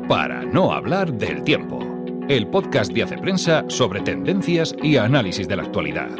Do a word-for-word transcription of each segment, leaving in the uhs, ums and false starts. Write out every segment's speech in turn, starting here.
Para no hablar del tiempo, el podcast de Hace Prensa sobre tendencias y análisis de la actualidad.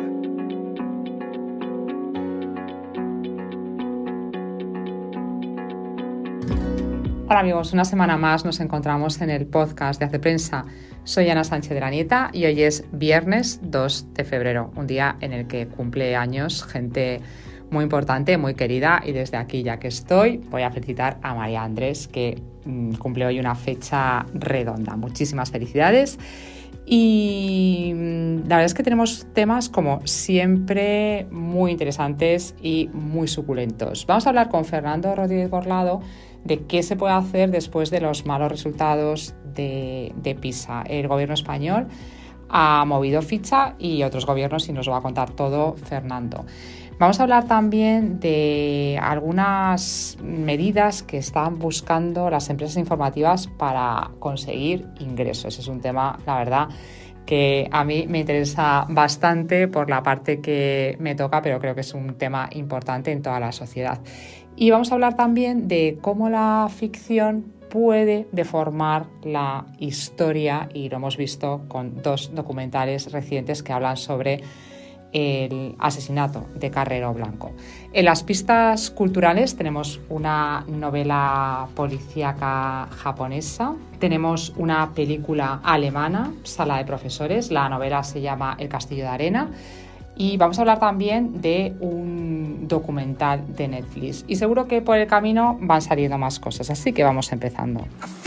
Hola amigos, una semana más nos encontramos en el podcast de Hace Prensa. Soy Ana Sánchez de la Nieta y hoy es viernes dos de febrero, un día en el que cumple años gente muy importante, muy querida, y desde aquí, ya que estoy, voy a felicitar a María Andrés, que mmm, cumple hoy una fecha redonda. Muchísimas felicidades. Y la verdad es que tenemos temas, como siempre, muy interesantes y muy suculentos. Vamos a hablar con Fernando Rodríguez Borlado de qué se puede hacer después de los malos resultados de, de PISA. El gobierno español ha movido ficha y otros gobiernos, y nos lo va a contar todo Fernando. Vamos a hablar también de algunas medidas que están buscando las empresas informativas para conseguir ingresos. Es un tema, la verdad, que a mí me interesa bastante por la parte que me toca, pero creo que es un tema importante en toda la sociedad. Y vamos a hablar también de cómo la ficción puede deformar la historia, y lo hemos visto con dos documentales recientes que hablan sobre el asesinato de Carrero Blanco. En las pistas culturales tenemos una novela policíaca japonesa, tenemos una película alemana, Sala de Profesores, la novela se llama El Castillo de Arena, y vamos a hablar también de un documental de Netflix. Y seguro que por el camino van saliendo más cosas, así que vamos empezando.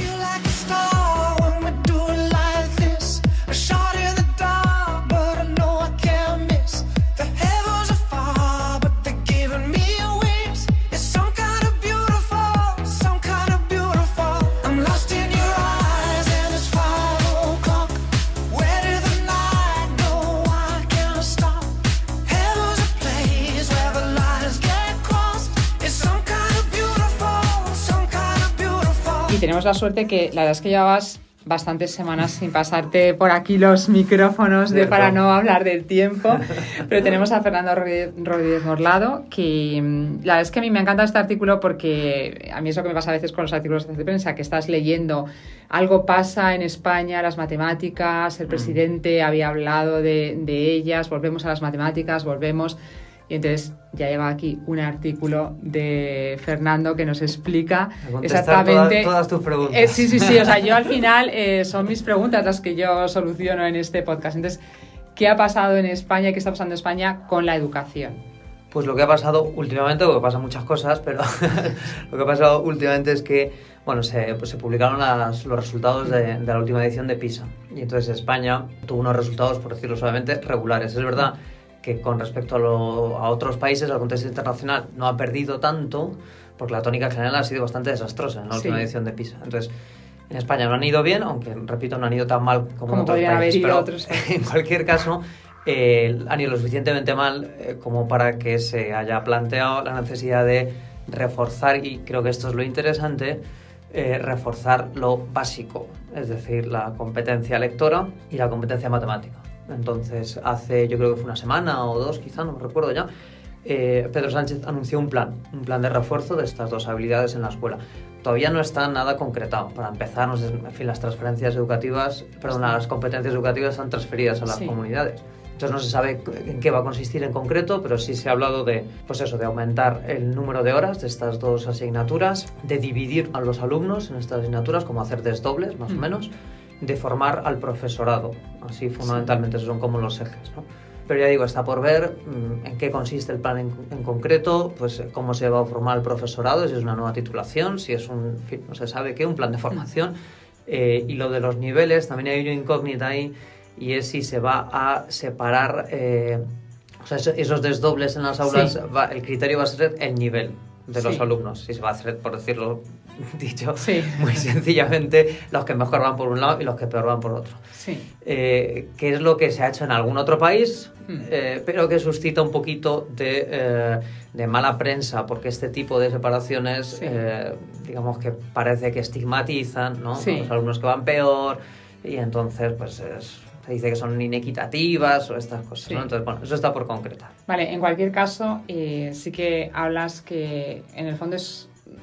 Tenemos la suerte que la verdad es que llevabas bastantes semanas sin pasarte por aquí los micrófonos de para no hablar del tiempo, pero tenemos a Fernando Rodríguez Borlado, que la verdad es que a mí me encanta este artículo porque a mí es lo que me pasa a veces con los artículos de prensa, que estás leyendo algo pasa en España, las matemáticas, el presidente había hablado de, de ellas, volvemos a las matemáticas, volvemos... Y entonces ya lleva aquí un artículo de Fernando que nos explica exactamente... Todas, todas tus preguntas. Eh, sí, sí, sí. O sea, yo al final eh, son mis preguntas las que yo soluciono en este podcast. Entonces, ¿qué ha pasado en España y qué está pasando en España con la educación? Pues lo que ha pasado últimamente, porque pasan muchas cosas, pero lo que ha pasado últimamente es que, bueno, se, pues se publicaron las, los resultados de, de la última edición de PISA. Y entonces España tuvo unos resultados, por decirlo suavemente, regulares. Es verdad que con respecto a, lo, a otros países, al contexto internacional, no ha perdido tanto, porque la tónica general ha sido bastante desastrosa en la última sí. edición de PISA. Entonces, en España no han ido bien, aunque, repito, no han ido tan mal como, como en otros países, haber ido pero otros. En cualquier caso, eh, han ido lo suficientemente mal eh, como para que se haya planteado la necesidad de reforzar, y creo que esto es lo interesante, eh, reforzar lo básico, es decir, la competencia lectora y la competencia matemática. Entonces, hace, yo creo que fue una semana o dos, quizá, no me recuerdo ya, eh, Pedro Sánchez anunció un plan, un plan de refuerzo de estas dos habilidades en la escuela. Todavía no está nada concretado. Para empezar, no sé, en fin, las transferencias educativas, perdón, las competencias educativas están transferidas a las sí. comunidades. Entonces no se sabe en qué va a consistir en concreto, pero sí se ha hablado de, pues eso, de aumentar el número de horas de estas dos asignaturas, de dividir a los alumnos en estas asignaturas, como hacer desdobles, más mm. o menos, de formar al profesorado. Así fundamentalmente sí. esos son como los ejes, ¿no? Pero ya digo, está por ver mmm, en qué consiste el plan en, en concreto, pues cómo se va a formar el profesorado, si es una nueva titulación, si es un, en fin, no se sabe qué, un plan de formación. Eh, y lo de los niveles, también hay una incógnita ahí, y es si se va a separar, eh, o sea, esos desdobles en las aulas, sí. va, el criterio va a ser el nivel de los sí. alumnos, si se va a hacer, por decirlo dicho sí. muy sencillamente, los que mejor van por un lado y los que peor van por otro. Sí. Eh, que es lo que se ha hecho en algún otro país, mm. eh, pero que suscita un poquito de, eh, de mala prensa, porque este tipo de separaciones, sí. eh, digamos que parece que estigmatizan, ¿no? Sí. a los alumnos que van peor, y entonces pues es... se dice que son inequitativas o estas cosas, sí. ¿no? Entonces, bueno, eso está por concretar. Vale, en cualquier caso, eh, sí que hablas que en el fondo es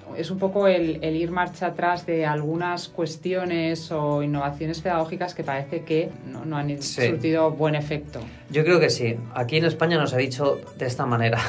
es un poco el, el ir marcha atrás de algunas cuestiones o innovaciones pedagógicas que parece que no, no han sí. surtido buen efecto. Yo creo que sí. Aquí en España nos ha dicho de esta manera,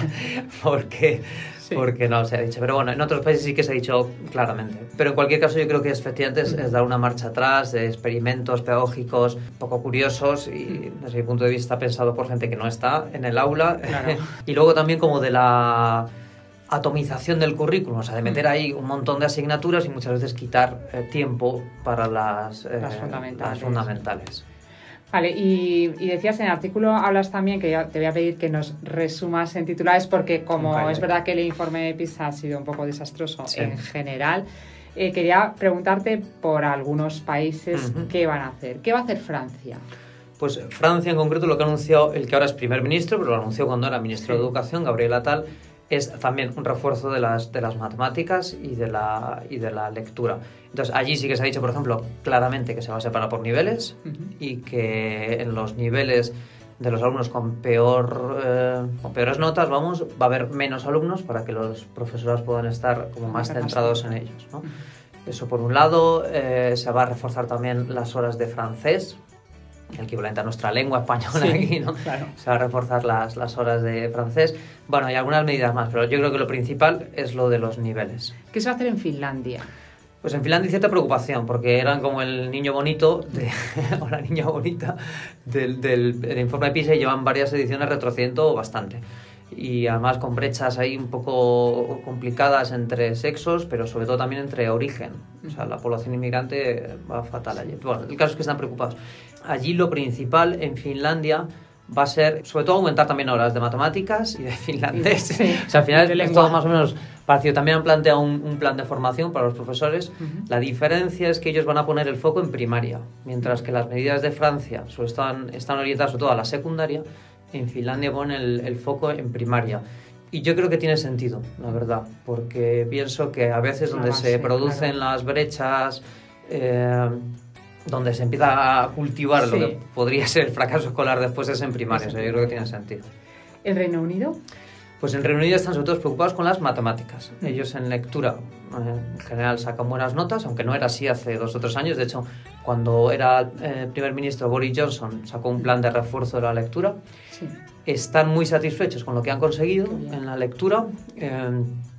porque, sí. porque no se ha dicho. Pero bueno, en otros países sí que se ha dicho claramente. Pero en cualquier caso yo creo que efectivamente es, es dar una marcha atrás de experimentos pedagógicos poco curiosos y desde mi punto de vista pensado por gente que no está en el aula. Claro. Y luego también como de la atomización del currículum, o sea, de meter ahí un montón de asignaturas y muchas veces quitar eh, tiempo para las, eh, las, fundamentales. las fundamentales. Vale, y, y decías en el artículo, hablas también, que ya te voy a pedir que nos resumas en titulares, porque como vale. es verdad que el informe de PISA ha sido un poco desastroso sí. en general, eh, quería preguntarte por algunos países uh-huh. qué van a hacer. ¿Qué va a hacer Francia? Pues Francia en concreto lo que ha anunciado el que ahora es primer ministro, pero lo anunció cuando era ministro sí. de Educación, Gabriel Attal, es también un refuerzo de las, de las matemáticas y de, la, y de la lectura. Entonces, allí sí que se ha dicho, por ejemplo, claramente que se va a separar por niveles uh-huh. y que en los niveles de los alumnos con, peor, eh, con peores notas, vamos, va a haber menos alumnos para que los profesores puedan estar como más centrados en ellos, ¿no? Uh-huh. Eso por un lado. Eh, se va a reforzar también las horas de francés, el equivalente a nuestra lengua española sí, aquí, ¿no? Claro. Se va a reforzar las, las horas de francés. Bueno, hay algunas medidas más, pero yo creo que lo principal es lo de los niveles. ¿Qué se va a hacer en Finlandia? Pues en Finlandia hay cierta preocupación, porque eran como el niño bonito de, o la niña bonita del, del, del informe de PISA y llevan varias ediciones retrocediendo bastante. Y además con brechas ahí un poco complicadas entre sexos, pero sobre todo también entre origen. O sea, la población inmigrante va fatal allí. Bueno, el caso es que están preocupados. Allí lo principal en Finlandia va a ser, sobre todo, aumentar también horas de matemáticas y de finlandés. Sí, o sea, al final es todo más o menos parecido. También han planteado un, un plan de formación para los profesores. Uh-huh. La diferencia es que ellos van a poner el foco en primaria, mientras que las medidas de Francia solo están, están orientadas sobre todo a la secundaria. En Finlandia ponen el, el foco en primaria. Y yo creo que tiene sentido, la verdad, porque pienso que a veces donde base, se producen claro. las brechas, eh, donde se empieza a cultivar sí. lo que podría ser el fracaso escolar después es en primaria. O sea, yo creo que tiene sentido. ¿El Reino Unido? Pues en Reino Unido están sobre todo preocupados con las matemáticas. Ellos en lectura eh, en general sacan buenas notas, aunque no era así hace dos o tres años. De hecho, cuando era eh, primer ministro Boris Johnson sacó un plan de refuerzo de la lectura. Sí. Están muy satisfechos con lo que han conseguido en la lectura, eh,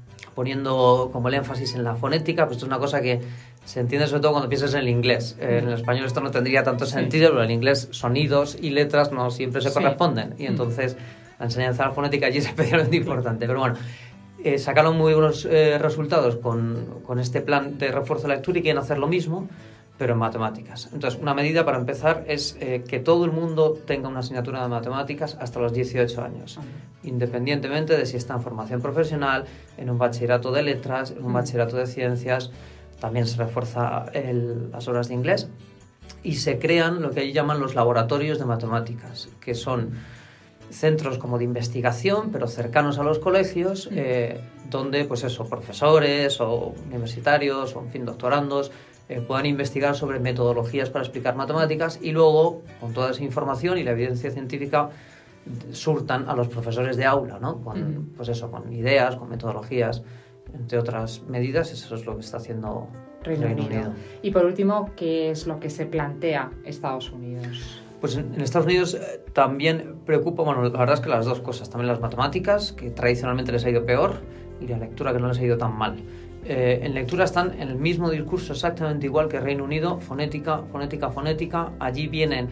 poniendo como el énfasis en la fonética. Pues esto es una cosa que se entiende sobre todo cuando piensas en el inglés. Eh, en el español esto no tendría tanto sentido, sí. pero en el inglés sonidos y letras no siempre se sí. corresponden. Y entonces la enseñanza de la fonética allí es especialmente importante. Pero bueno, eh, sacaron muy buenos eh, resultados con, con este plan de refuerzo de la lectura y quieren hacer lo mismo, pero en matemáticas. Entonces, una medida para empezar es eh, que todo el mundo tenga una asignatura de matemáticas hasta los dieciocho años, uh-huh. independientemente de si está en formación profesional, en un bachillerato de letras, en un uh-huh. bachillerato de ciencias. También se refuerza el, las horas de inglés y se crean lo que allí llaman los laboratorios de matemáticas, que son centros como de investigación, pero cercanos a los colegios, eh, donde, pues eso, profesores o universitarios o, en fin, doctorandos eh, puedan investigar sobre metodologías para explicar matemáticas y luego, con toda esa información y la evidencia científica, surtan a los profesores de aula, ¿no? Con, mm. pues eso, con ideas, con metodologías, entre otras medidas. Eso es lo que está haciendo Reino, Reino Unido. Unido. Y por último, ¿qué es lo que se plantea Estados Unidos? Pues en, en Estados Unidos eh, también preocupa, bueno, la verdad es que las dos cosas, también las matemáticas, que tradicionalmente les ha ido peor, y la lectura, que no les ha ido tan mal. Eh, en lectura están en el mismo discurso exactamente igual que Reino Unido, fonética, fonética, fonética. Allí vienen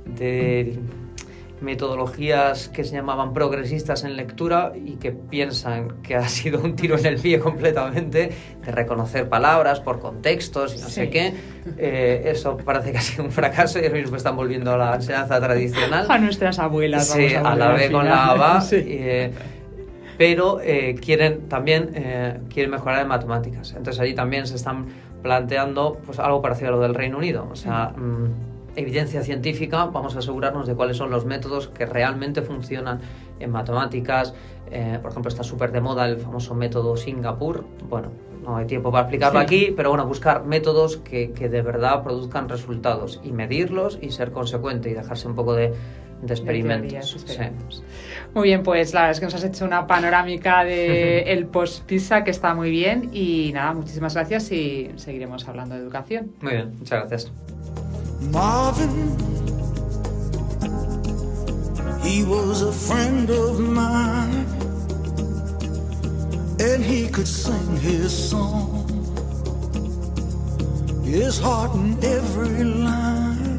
de metodologías que se llamaban progresistas en lectura y que piensan que ha sido un tiro en el pie completamente, de reconocer palabras por contextos y no sí. sé qué. Eh, eso parece que ha sido un fracaso y ellos mismos están volviendo a la enseñanza tradicional. A nuestras abuelas. Sí, vamos a, a la B con la A B A. Sí. Eh, pero eh, quieren también eh, quieren mejorar en matemáticas. Entonces allí también se están planteando pues algo parecido a lo del Reino Unido. O sea, mmm, evidencia científica, vamos a asegurarnos de cuáles son los métodos que realmente funcionan en matemáticas. Eh, por ejemplo, está súper de moda el famoso método Singapur. Bueno, no hay tiempo para explicarlo sí. aquí, pero bueno, buscar métodos que, que de verdad produzcan resultados y medirlos y ser consecuente y dejarse un poco de de experimentos. De teorías, experimentos. Sí. Muy bien, pues la verdad es que nos has hecho una panorámica de el post-PISA que está muy bien y nada, muchísimas gracias y seguiremos hablando de educación. Muy bien, muchas gracias. Marvin, he was a friend of mine, and he could sing his song, his heart in every line.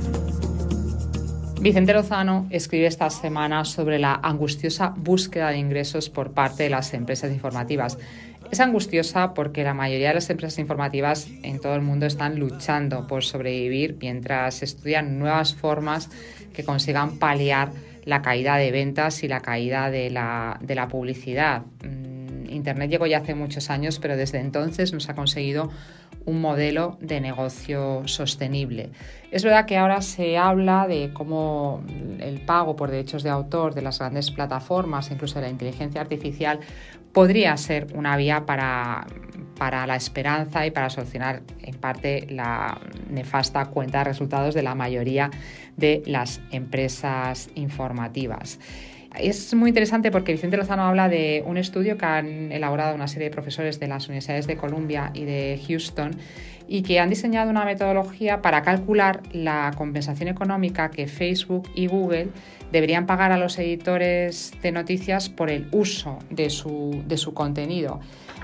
Vicente Lozano escribe esta semana sobre la angustiosa búsqueda de ingresos por parte de las empresas informativas. Es angustiosa porque la mayoría de las empresas informativas en todo el mundo están luchando por sobrevivir mientras estudian nuevas formas que consigan paliar la caída de ventas y la caída de la, de la publicidad. Internet llegó ya hace muchos años, pero desde entonces no se ha conseguido un modelo de negocio sostenible. Es verdad que ahora se habla de cómo el pago por derechos de autor de las grandes plataformas, incluso de la inteligencia artificial, podría ser una vía para, para la esperanza y para solucionar en parte la nefasta cuenta de resultados de la mayoría de las empresas informativas. Es muy interesante porque Vicente Lozano habla de un estudio que han elaborado una serie de profesores de las universidades de Columbia y de Houston y que han diseñado una metodología para calcular la compensación económica que Facebook y Google deberían pagar a los editores de noticias por el uso de su, de su contenido.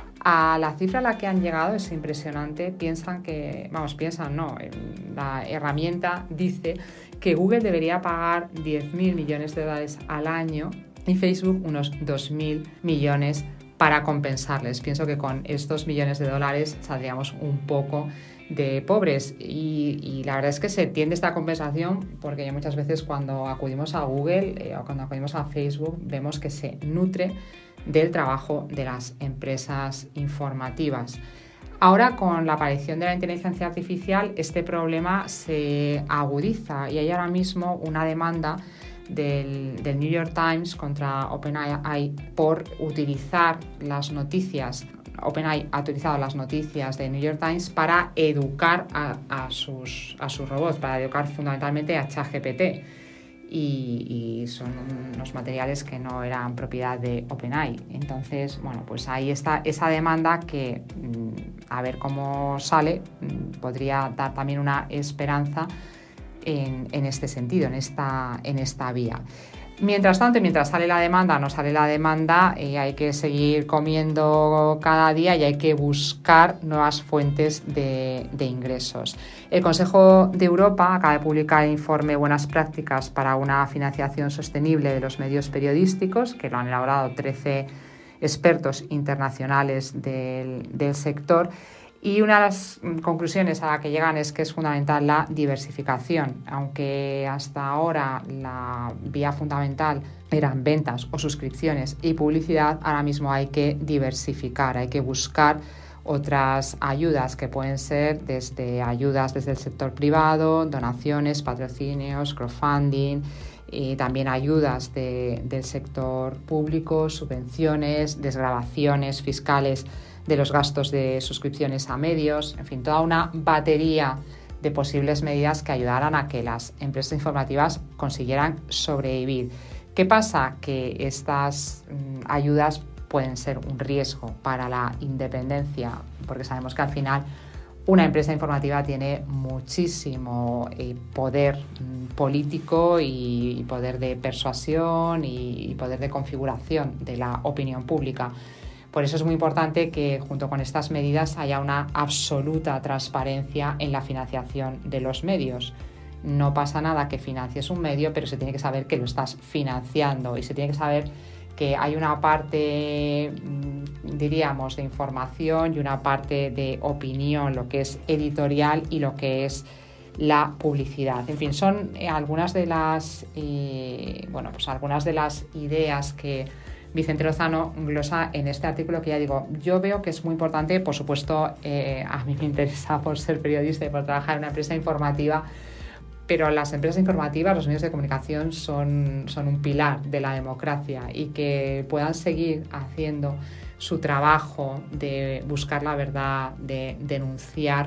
A la cifra a la que han llegado es impresionante. Piensan que, vamos, piensan no, la herramienta dice que Google debería pagar diez mil millones de dólares al año y Facebook unos dos mil millones para compensarles. Pienso que con estos millones de dólares saldríamos un poco de pobres y, y la verdad es que se tiende esta compensación porque muchas veces cuando acudimos a Google eh, o cuando acudimos a Facebook vemos que se nutre del trabajo de las empresas informativas. Ahora, con la aparición de la inteligencia artificial, este problema se agudiza y hay ahora mismo una demanda del, del New York Times contra OpenAI por utilizar las noticias. OpenAI ha utilizado las noticias de New York Times para educar a, a, sus, a sus robots, para educar fundamentalmente a ChatGPT. Y, y son unos materiales que no eran propiedad de OpenAI. Entonces, bueno, pues ahí está esa demanda que, a ver cómo sale, podría dar también una esperanza en, en este sentido, en esta, en esta vía. Mientras tanto, mientras sale la demanda, no sale la demanda, eh, hay que seguir comiendo cada día y hay que buscar nuevas fuentes de, de ingresos. El Consejo de Europa acaba de publicar el informe Buenas prácticas para una financiación sostenible de los medios periodísticos, que lo han elaborado trece expertos internacionales del, del sector. Y una de las conclusiones a la que llegan es que es fundamental la diversificación. Aunque hasta ahora la vía fundamental eran ventas o suscripciones y publicidad, ahora mismo hay que diversificar, hay que buscar otras ayudas que pueden ser desde ayudas desde el sector privado, donaciones, patrocinios, crowdfunding, y también ayudas de, del sector público, subvenciones, desgravaciones fiscales de los gastos de suscripciones a medios, en fin, toda una batería de posibles medidas que ayudaran a que las empresas informativas consiguieran sobrevivir. ¿Qué pasa? Que estas mm, ayudas pueden ser un riesgo para la independencia, porque sabemos que al final una empresa informativa tiene muchísimo eh, poder mm, político y, y poder de persuasión y, y poder de configuración de la opinión pública. Por eso es muy importante que junto con estas medidas haya una absoluta transparencia en la financiación de los medios. No pasa nada que financies un medio, pero se tiene que saber que lo estás financiando y se tiene que saber que hay una parte, diríamos, de información y una parte de opinión, lo que es editorial y lo que es la publicidad. En fin, son algunas de las, eh, bueno, pues algunas de las ideas que Vicente Lozano glosa en este artículo, que ya digo, yo veo que es muy importante. Por supuesto, eh, a mí me interesa por ser periodista y por trabajar en una empresa informativa, pero las empresas informativas, los medios de comunicación son, son un pilar de la democracia, y que puedan seguir haciendo su trabajo de buscar la verdad, de denunciar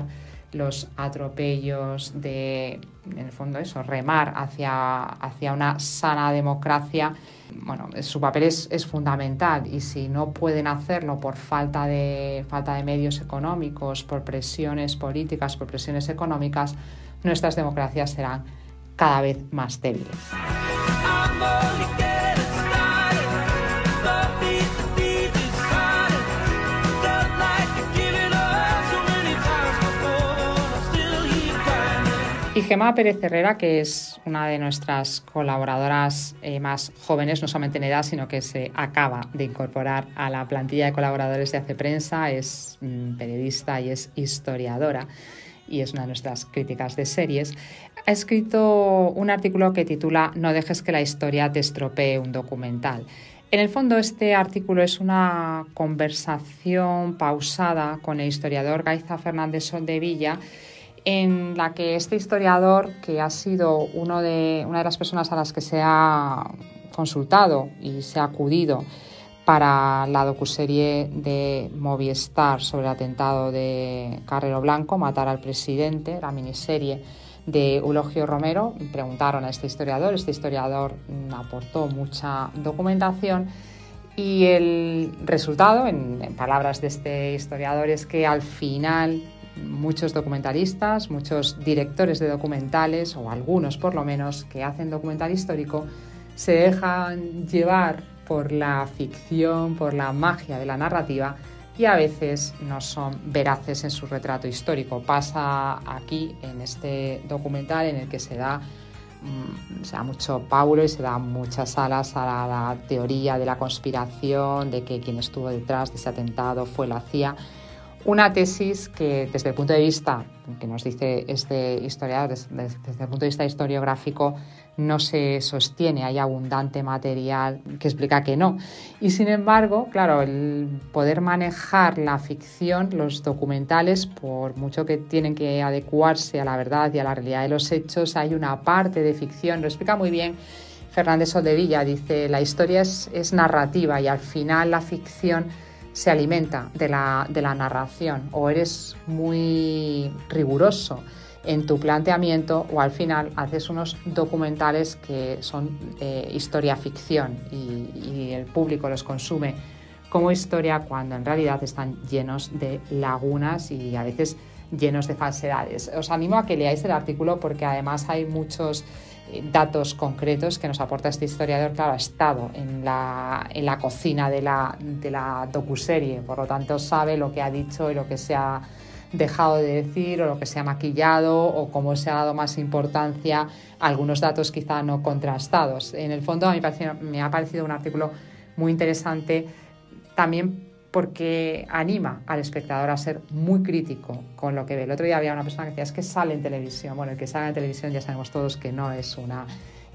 los atropellos, de, en el fondo eso, remar hacia, hacia una sana democracia. Bueno, su papel es, es fundamental, y si no pueden hacerlo por falta de, falta de medios económicos, por presiones políticas, por presiones económicas, nuestras democracias serán cada vez más débiles. Y Gemma Pérez Herrera, que es una de nuestras colaboradoras eh, más jóvenes, no solamente en edad, sino que se acaba de incorporar a la plantilla de colaboradores de Hace Prensa, es mm, periodista y es historiadora, y es una de nuestras críticas de series. Ha escrito un artículo que titula "No dejes que la historia te estropee un documental". En el fondo, este artículo es una conversación pausada con el historiador Gaiza Fernández Soldevilla, en la que este historiador, que ha sido uno de, una de las personas a las que se ha consultado y se ha acudido para la docuserie de Movistar sobre el atentado de Carrero Blanco, Matar al presidente, la miniserie de Eulogio Romero, preguntaron a este historiador. Este historiador aportó mucha documentación, y el resultado, en, en palabras de este historiador, es que al final muchos documentalistas, muchos directores de documentales, o algunos por lo menos, que hacen documental histórico, se dejan llevar por la ficción, por la magia de la narrativa, y a veces no son veraces en su retrato histórico. Pasa aquí en este documental, en el que se da, mmm, se da mucho pábulo y se da muchas alas a la, la teoría de la conspiración, de que quien estuvo detrás de ese atentado fue la C I A. Una tesis que, desde el punto de vista, que nos dice este historiador, desde, desde el punto de vista historiográfico, no se sostiene. Hay abundante material que explica que no. Y sin embargo, claro, el poder manejar la ficción, los documentales, por mucho que tienen que adecuarse a la verdad y a la realidad de los hechos, hay una parte de ficción. Lo explica muy bien Fernández Soldevilla. Dice: la historia es, es narrativa, y al final la ficción se alimenta de la, de la narración. O eres muy riguroso en tu planteamiento, o al final haces unos documentales que son eh, historia-ficción, y, y el público los consume como historia, cuando en realidad están llenos de lagunas y a veces llenos de falsedades. Os animo a que leáis el artículo, porque además hay muchos datos concretos que nos aporta este historiador. Claro, ha estado en la, en la cocina de la, de la docuserie, por lo tanto sabe lo que ha dicho y lo que se ha dejado de decir, o lo que se ha maquillado, o cómo se ha dado más importancia a algunos datos quizá no contrastados. En el fondo, a mí me, parece, me ha parecido un artículo muy interesante, también porque anima al espectador a ser muy crítico con lo que ve. El otro día había una persona que decía: es que sale en televisión. Bueno, el que sale en televisión ya sabemos todos que no es una,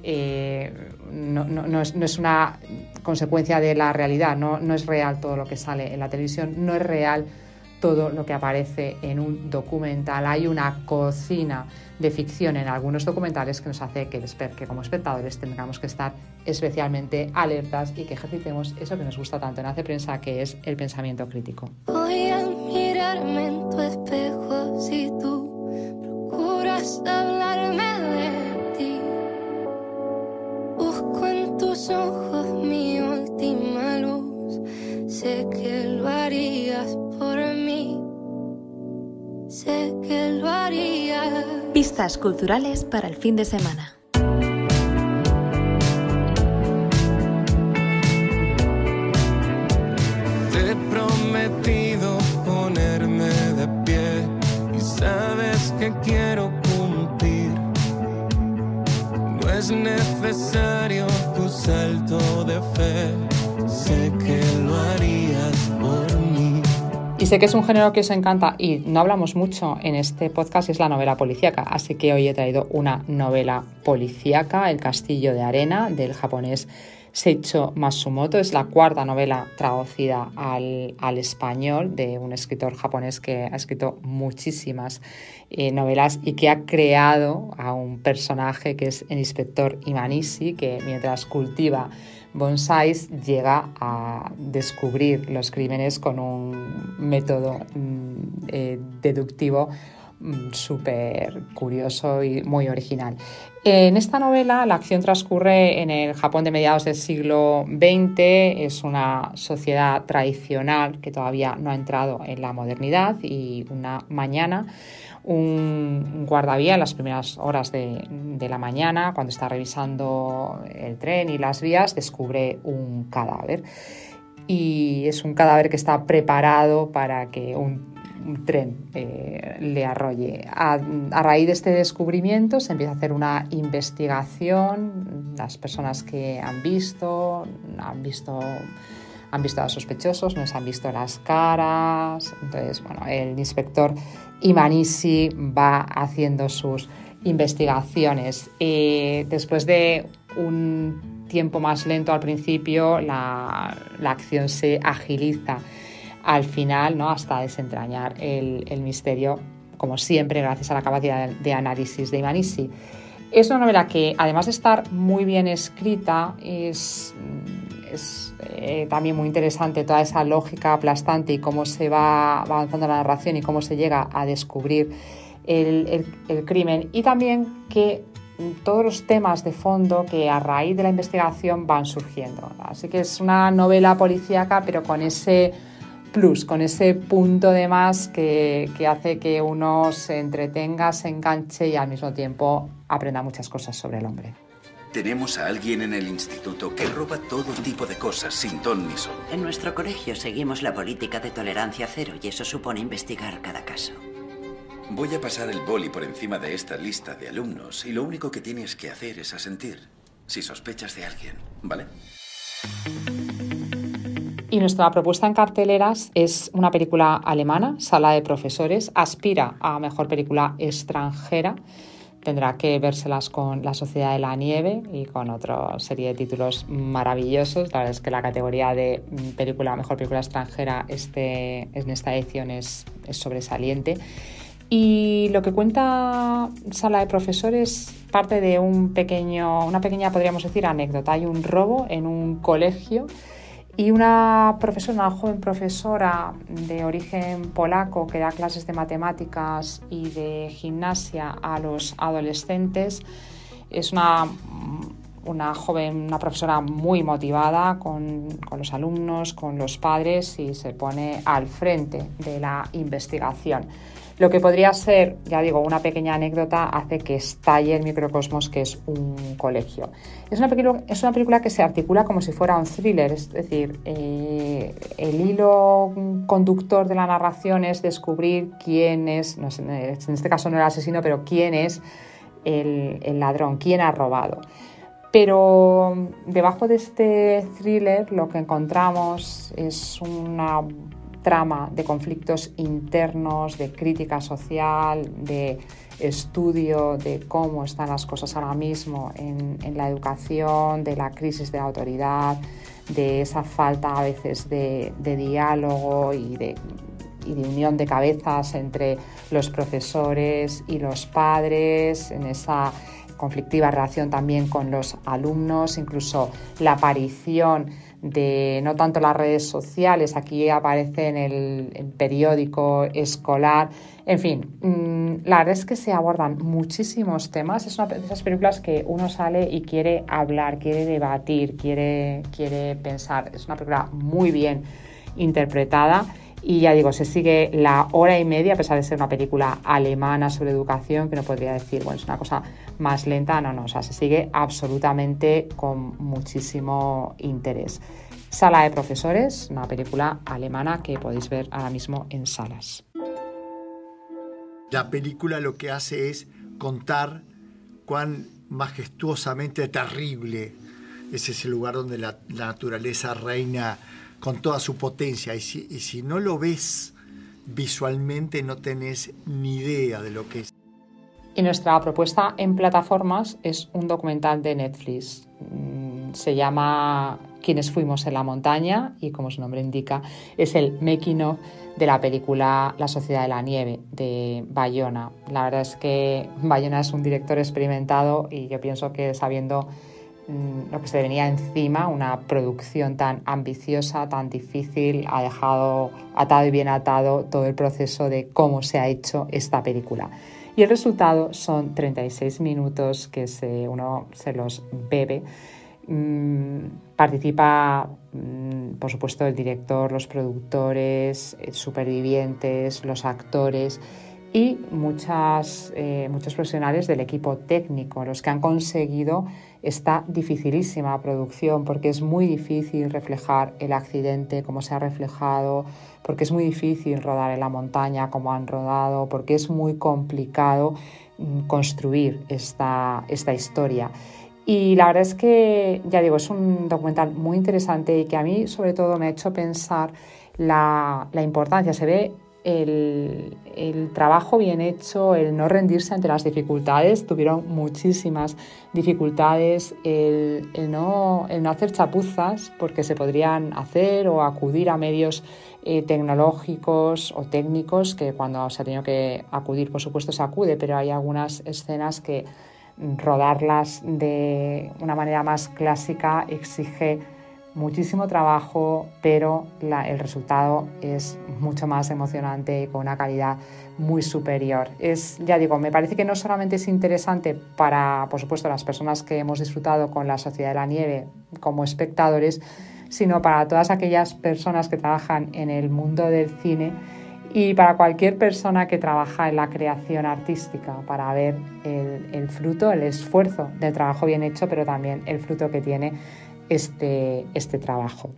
eh, no, no, no, es, no es una consecuencia de la realidad, no, no es real todo lo que sale en la televisión, no es real todo lo que aparece en un documental. Hay una cocina de ficción en algunos documentales que nos hace que, que como espectadores tengamos que estar especialmente alertas y que ejercitemos eso que nos gusta tanto en Hace Prensa, que es el pensamiento crítico. Voy a mirarme en tu espejo si tú procuras hablarme de ti. Busco en tus ojos mi última luz. Sé que lo harías por mí. Sé que lo harías. Pistas culturales para el fin de semana. Te he prometido ponerme de pie y sabes que quiero cumplir. No es necesario tu salto de fe. Sé que lo harías por mí. Y sé que es un género que os encanta y no hablamos mucho en este podcast, es la novela policíaca. Así que hoy he traído una novela policíaca, El castillo de arena, del japonés Seicho Matsumoto. Es la cuarta novela traducida al, al español de un escritor japonés que ha escrito muchísimas eh, novelas y que ha creado a un personaje que es el inspector Imanishi, que mientras cultiva bonsáis llega a descubrir los crímenes con un método eh, deductivo mmm, súper curioso y muy original. En esta novela la acción transcurre en el Japón de mediados del siglo veinte, es una sociedad tradicional que todavía no ha entrado en la modernidad y una mañana un guardavía en las primeras horas de, de la mañana, cuando está revisando el tren y las vías, descubre un cadáver. Y es un cadáver que está preparado para que un, un tren eh, le arrolle. A, a raíz de este descubrimiento se empieza a hacer una investigación. Las personas que han visto, han visto, han visto a los sospechosos, no les han visto las caras. Entonces, bueno, el inspector Imanishi va haciendo sus investigaciones. Eh, después de un tiempo más lento al principio, la, la acción se agiliza al final, ¿no? Hasta desentrañar el, el misterio, como siempre, gracias a la capacidad de, de análisis de Imanishi. Es una novela que, además de estar muy bien escrita, es, es eh, también muy interesante toda esa lógica aplastante y cómo se va avanzando la narración y cómo se llega a descubrir el, el, el crimen, y también que todos los temas de fondo que a raíz de la investigación van surgiendo. Así que es una novela policíaca, pero con ese plus, con ese punto de más que, que hace que uno se entretenga, se enganche y al mismo tiempo aprenda muchas cosas sobre el hombre. Tenemos a alguien en el instituto que roba todo tipo de cosas sin ton ni son. En nuestro colegio seguimos la política de tolerancia cero y eso supone investigar cada caso. Voy a pasar el boli por encima de esta lista de alumnos y lo único que tienes que hacer es asentir si sospechas de alguien, ¿vale? Y nuestra propuesta en carteleras es una película alemana, Sala de Profesores, aspira a mejor película extranjera. Tendrá que vérselas con La Sociedad de la Nieve y con otra serie de títulos maravillosos. La verdad es que la categoría de película, mejor película extranjera este, en esta edición es, es sobresaliente. Y lo que cuenta Sala de Profesores parte de un pequeño, una pequeña, podríamos decir, anécdota. Hay un robo en un colegio y una profesora, una joven profesora de origen polaco que da clases de matemáticas y de gimnasia a los adolescentes. Es una, una joven, una profesora muy motivada con, con los alumnos, con los padres, y se pone al frente de la investigación. Lo que podría ser, ya digo, una pequeña anécdota hace que estalle el microcosmos que es un colegio. Es una, película, es una película que se articula como si fuera un thriller, es decir, eh, el hilo conductor de la narración es descubrir quién es, no sé, en este caso no el asesino, pero quién es el, el ladrón, quién ha robado. Pero debajo de este thriller lo que encontramos es una trama de conflictos internos, de crítica social, de estudio de cómo están las cosas ahora mismo en, en la educación, de la crisis de autoridad, de esa falta a veces de, de diálogo y de, y de unión de cabezas entre los profesores y los padres, en esa conflictiva relación también con los alumnos, incluso la aparición de no tanto las redes sociales, aquí aparece en el, el periódico escolar, en fin, mmm, la verdad es que se abordan muchísimos temas. Es una de esas películas que uno sale y quiere hablar, quiere debatir, quiere, quiere pensar. Es una película muy bien interpretada. Y ya digo, se sigue la hora y media, a pesar de ser una película alemana sobre educación, que no podría decir, bueno, es una cosa más lenta, no, no, o sea, se sigue absolutamente con muchísimo interés. Sala de Profesores, una película alemana que podéis ver ahora mismo en salas. La película lo que hace es contar cuán majestuosamente terrible es ese lugar donde la, la naturaleza reina con toda su potencia, y si, y si no lo ves visualmente no tenés ni idea de lo que es. Y nuestra propuesta en plataformas es un documental de Netflix. Se llama Quienes fuimos en la montaña y, como su nombre indica, es el making of de la película La Sociedad de la Nieve de Bayona. La verdad es que Bayona es un director experimentado y yo pienso que sabiendo lo que se venía encima, una producción tan ambiciosa, tan difícil, ha dejado atado y bien atado todo el proceso de cómo se ha hecho esta película. Y el resultado son treinta y seis minutos que se, uno se los bebe. Mm, participa, mm, por supuesto, el director, los productores, eh, supervivientes, los actores y muchas, eh, muchos profesionales del equipo técnico, los que han conseguido esta dificilísima producción, porque es muy difícil reflejar el accidente como se ha reflejado, porque es muy difícil rodar en la montaña como han rodado, porque es muy complicado mm, construir esta, esta historia. Y la verdad es que, ya digo, es un documental muy interesante y que a mí sobre todo me ha hecho pensar la, la importancia. Se ve el, el trabajo bien hecho, el no rendirse ante las dificultades. Tuvieron muchísimas dificultades, el, el, no, el no hacer chapuzas porque se podrían hacer o acudir a medios eh, tecnológicos o técnicos que cuando se ha tenido que acudir, por supuesto, se acude, pero hay algunas escenas que rodarlas de una manera más clásica exige muchísimo trabajo, pero la, el resultado es mucho más emocionante y con una calidad muy superior. Es, ya digo, me parece que no solamente es interesante para, por supuesto, las personas que hemos disfrutado con La Sociedad de la Nieve como espectadores, sino para todas aquellas personas que trabajan en el mundo del cine y para cualquier persona que trabaja en la creación artística, para ver el, el fruto, el esfuerzo del trabajo bien hecho, pero también el fruto que tiene este, este trabajo.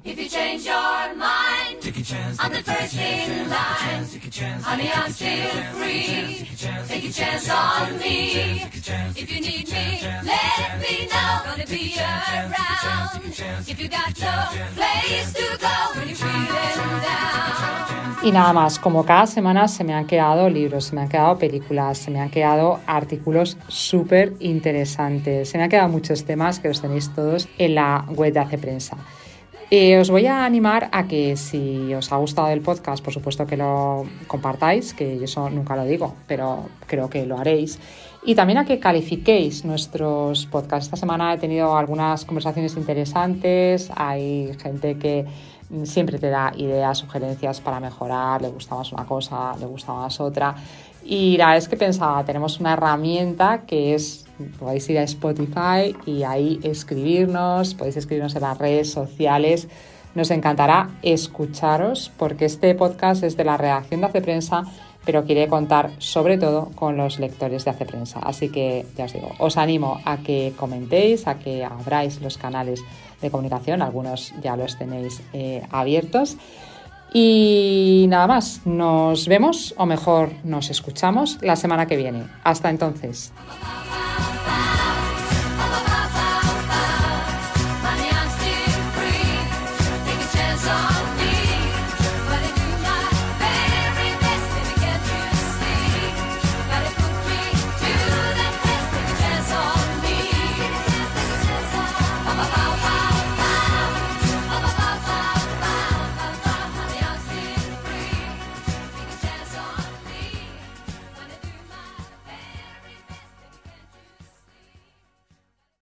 Y nada más, como cada semana se me han quedado libros, se me han quedado películas, se me han quedado artículos súper interesantes, se me han quedado muchos temas que los tenéis todos en la web de Hace Prensa. Eh, os voy a animar a que si os ha gustado el podcast, por supuesto que lo compartáis, que yo eso nunca lo digo, pero creo que lo haréis. Y también a que califiquéis nuestros podcasts. Esta semana he tenido algunas conversaciones interesantes, hay gente que siempre te da ideas, sugerencias para mejorar, le gusta más una cosa, le gusta más otra. Y la verdad es que pensaba, tenemos una herramienta que es, podéis ir a Spotify y ahí escribirnos, podéis escribirnos en las redes sociales. Nos encantará escucharos porque este podcast es de la redacción de Hace Prensa, pero quiere contar sobre todo con los lectores de Hace Prensa. Así que ya os digo, os animo a que comentéis, a que abráis los canales de comunicación, algunos ya los tenéis eh, abiertos. Y nada más, nos vemos, o mejor nos escuchamos la semana que viene. Hasta entonces.